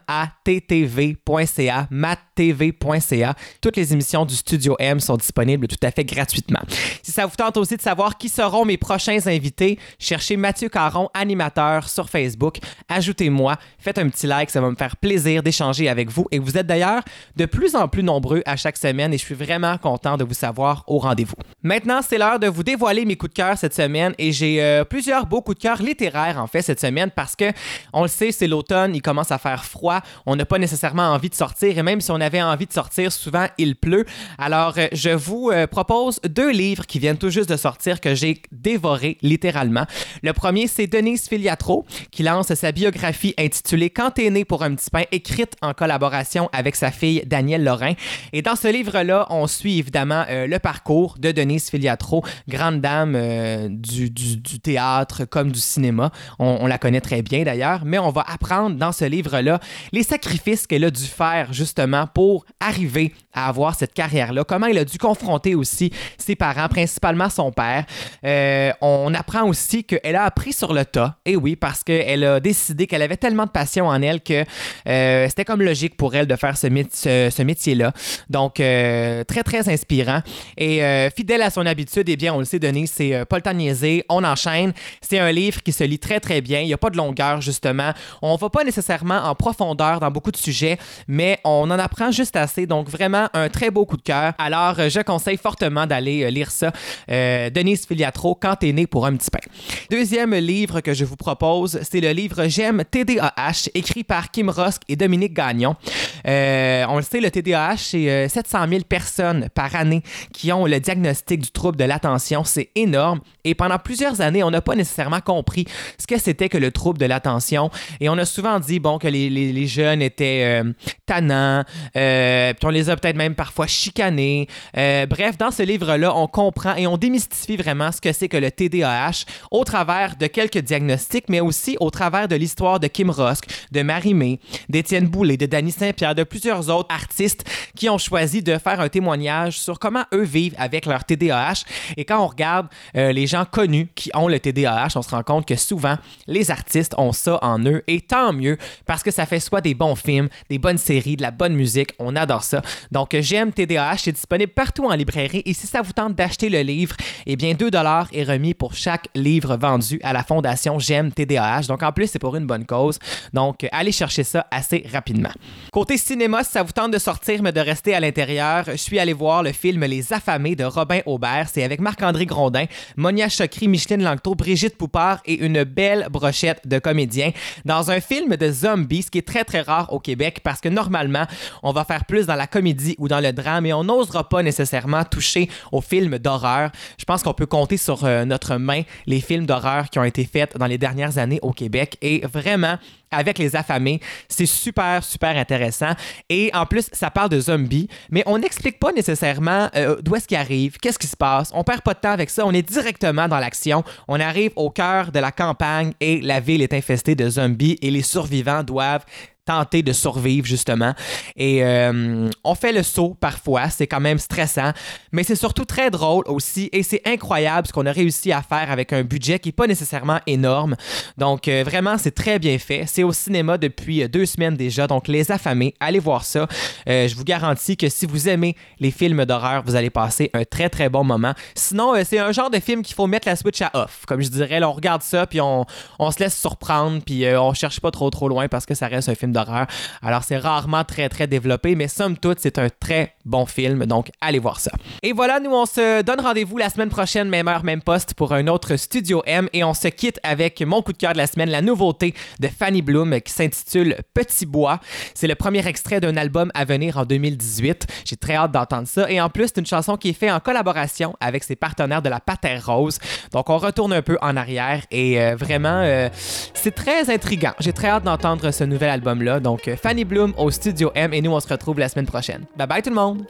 mattv point c a, mattv point c a. Toutes les émissions du Studio M sont disponibles tout à fait gratuitement. Si ça vous tente aussi de savoir qui seront mes prochains invités, cherchez Mathieu Caron, animateur sur Facebook. Ajoutez-moi, faites un petit like, ça va me faire plaisir d'échanger avec vous. Et vous êtes d'ailleurs de plus en plus nombreux à chaque semaine et je suis vraiment content de vous savoir au rendez-vous. Maintenant, c'est l'heure de vous dévoiler mes coups de cœur cette semaine et j'ai euh, plusieurs beaux coups de cœur littéraires en fait cette semaine parce que, on le sait, c'est l'automne, il commence à faire froid, on n'a pas nécessairement envie de sortir et même si on avait envie de sortir, souvent il pleut. Alors, euh, je vous euh, propose deux livres qui viennent tout juste de sortir que j'ai dévorés littéralement. Le premier, c'est Denise Filiatro qui lance sa biographie intitulée Quand t'es né pour un petit pain, écrite en collaboration avec sa fille Danielle Lorrain. Et dans ce livre-là, on suit évidemment euh, le parcours de Denise Filiatro, grande dame euh, du, du, du théâtre comme du cinéma. On, on la connaît très bien d'ailleurs, mais on va apprendre dans ce livre-là les sacrifices qu'elle a dû faire justement pour arriver à avoir cette carrière-là, comment elle a dû confronter aussi ses parents, principalement son père. Euh, on apprend aussi qu'elle a appris sur le tas, et oui, parce qu'elle a décidé qu'elle avait tellement de passion en elle que euh, c'était comme logique pour elle de faire ce, mit- ce, ce métier-là. Donc, euh, très, très inspirant. Et euh, fidèle à son habitude, eh bien, on le sait, Denise, c'est euh, pas le temps de niaiser, on enchaîne. C'est un livre qui se lit très, très bien. Il n'y a pas de longueur, justement. On va pas nécessairement en profondeur dans beaucoup de sujets, mais on en apprend juste assez. Donc, vraiment, un très beau coup de cœur. Alors, euh, je conseille fortement d'aller euh, lire ça. Euh, Denise Filiatro, Quand t'es né pour un petit pain. Deuxième livre que je vous propose, c'est le livre J'aime T D A H, écrit par Kim Rosk et Dominique Gagnon. Euh, on le sait, le T D A H, c'est euh, sept cent mille personnes par année qui ont le diagnostic du trouble de l'attention. C'est énorme. Et pendant plusieurs années, on n'a pas nécessairement compris ce que c'était que le trouble de l'attention. Et on a souvent dit, bon, que les, les, les jeunes étaient euh, tannants, euh, puis on les a peut-être même parfois chicanés. Euh, bref, dans ce livre-là, on comprend et on démystifie vraiment ce que c'est que le T D A H au travers de quelques diagnostics, mais aussi au travers de l'histoire de Kim Rosk, de Marie-Mé, d'Étienne Boulay, de Dany Saint-Pierre, de plusieurs autres artistes qui ont choisi de faire un témoignage sur comment eux vivent avec leur T D A H. Et quand on regarde euh, les gens connus qui ont le T D A H, on se rend compte que souvent, les artistes ont ça en eux. Et tant mieux, parce que ça fait soit des bons films, des bonnes séries, de la bonne musique. On adore ça. Donc, J'aime T D A H, c'est disponible partout en librairie. Et si ça vous tente d'acheter le livre, eh bien, deux dollars est remis pour chaque livre vendu à la Fondation J'aime T D A H. Donc, en plus, c'est pour une bonne cause. Donc, allez chercher ça assez rapidement. Côté cinéma, si ça vous tente de sortir mais de rester à l'intérieur, je suis allé voir le film Les Affamés de Robin Aubert. C'est avec Marc-André Grondin, Monia Chokri, Micheline Langto, Brigitte Poupard et une belle brochette de comédiens dans un film de zombies, ce qui est très, très rare au Québec parce que normalement, on va faire plus dans la comédie ou dans le drame et on n'osera pas nécessairement toucher aux films d'horreur. Je pense qu'on peut compter sur euh, notre main les films d'horreur qui ont été faits dans les dernières années au Québec et vraiment, avec Les Affamés, c'est super, super intéressant. Et en plus, ça parle de zombies, mais on n'explique pas nécessairement euh, d'où est-ce qu'ils arrivent, qu'est-ce qui se passe. On perd pas de temps avec ça, on est directement dans l'action. On arrive au cœur de la campagne et la ville est infestée de zombies et les survivants doivent tenter de survivre, justement. Et euh, on fait le saut parfois, c'est quand même stressant, mais c'est surtout très drôle aussi et c'est incroyable ce qu'on a réussi à faire avec un budget qui n'est pas nécessairement énorme. Donc, euh, vraiment, c'est très bien fait. C'est au cinéma depuis deux semaines déjà, donc Les Affamés, allez voir ça. Euh, je vous garantis que si vous aimez les films d'horreur, vous allez passer un très, très bon moment. Sinon, euh, c'est un genre de film qu'il faut mettre la switch à off. Comme je dirais, là, on regarde ça, puis on, on se laisse surprendre, puis euh, on cherche pas trop, trop loin parce que ça reste un film d'horreur. Alors, c'est rarement très, très développé, mais somme toute, c'est un très bon film, donc allez voir ça. Et voilà, nous, on se donne rendez-vous la semaine prochaine, même heure, même poste, pour un autre Studio M, et on se quitte avec mon coup de cœur de la semaine, la nouveauté de Fanny Bloom, qui s'intitule Petit Bois. C'est le premier extrait d'un album à venir en deux mille dix-huit. J'ai très hâte d'entendre ça, et en plus, c'est une chanson qui est faite en collaboration avec ses partenaires de la Patère Rose. Donc, on retourne un peu en arrière, et euh, vraiment, euh, c'est très intriguant. J'ai très hâte d'entendre ce nouvel album-là. Donc, Fanny Bloom au Studio M et nous, on se retrouve la semaine prochaine. Bye bye tout le monde!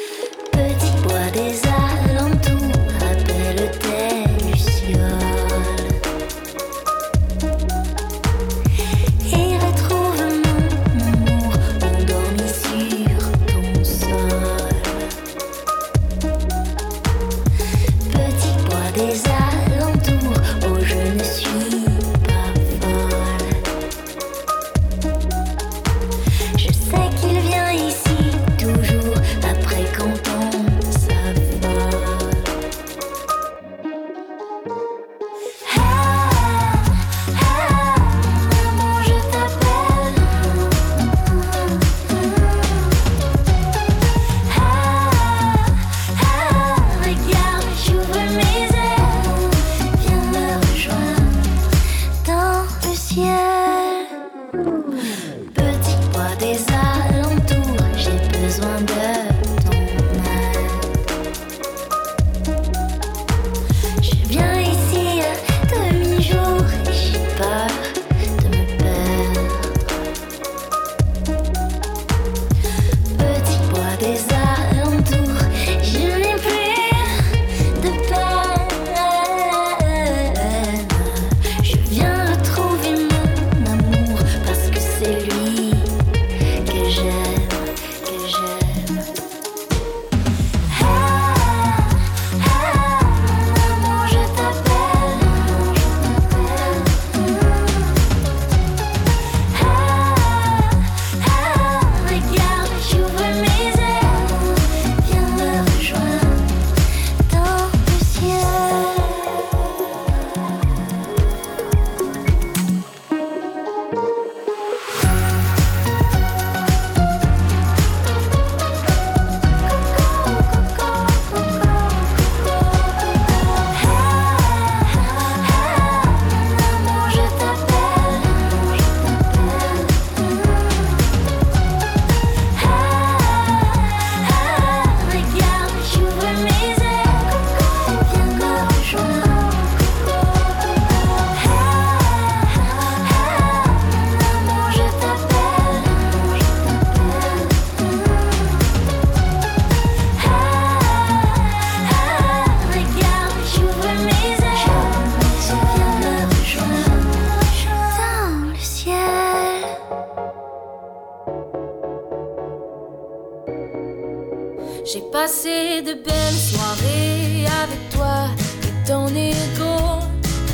Petit bois des alentours, appelle tes lucioles et retrouve mon amour endormi sur ton sol. J'ai passé de belles soirées avec toi et ton ego.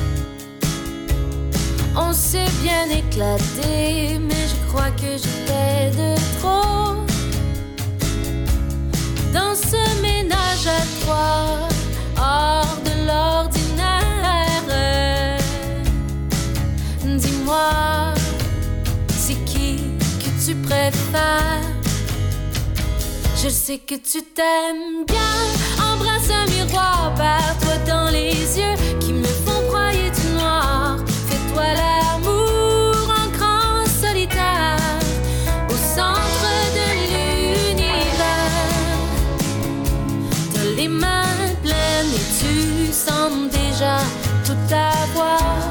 On s'est bien éclaté, mais je crois que j'étais de trop. Dans ce ménage à trois, hors de l'ordinaire. Dis-moi, c'est qui que tu préfères? Je sais que tu t'aimes bien. Embrasse un miroir, perds-toi dans les yeux qui me font broyer du noir. Fais-toi l'amour en grand solitaire au centre de l'univers. T'as les mains pleines et tu sembles déjà tout avoir.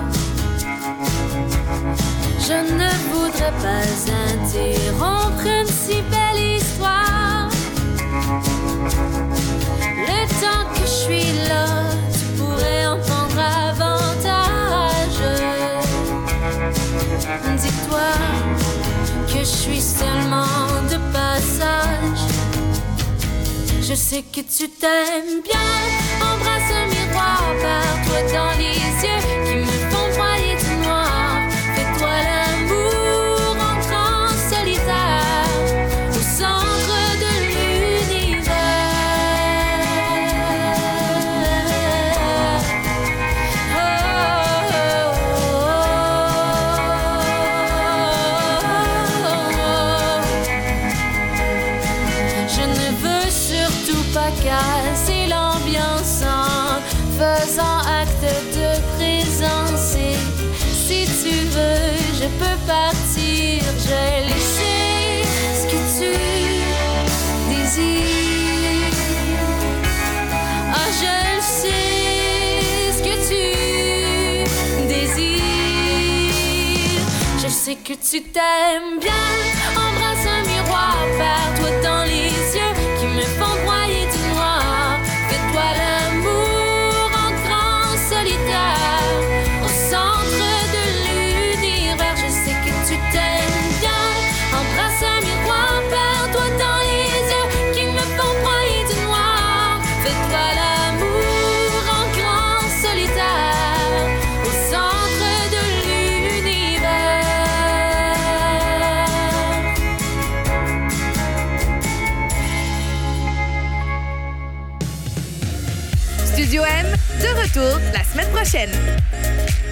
Je ne voudrais pas interrompre une si belle histoire. Le temps que je suis là, tu pourrais en prendre avantage. Dis-toi que je suis seulement de passage. Je sais que tu t'aimes bien. Embrasse un miroir, perds-toi dans les yeux qui me font broyer du noir. Fais-toi l'amour en grand solitaire au centre de l'univers. Oh, oh, oh, oh. Je ne veux surtout pas casser l'ambiance en faisant acte de présence. Et si tu veux, je peux partir. Je le sais, ce que tu désires. Ah, je le sais, ce que tu désires. Je sais que tu t'aimes bien. Embrasse un miroir, perds-toi dans les yeux qui me font broyer du noir. Fais-toi l'amour en grand solitaire au centre de l'univers. Je sais que tu t'aimes bien. Embrasse un miroir, perds-toi dans les yeux qui me font broyer du noir. Fais-toi l'amour en grand solitaire au centre de l'univers. Studio M, de retour la semaine prochaine.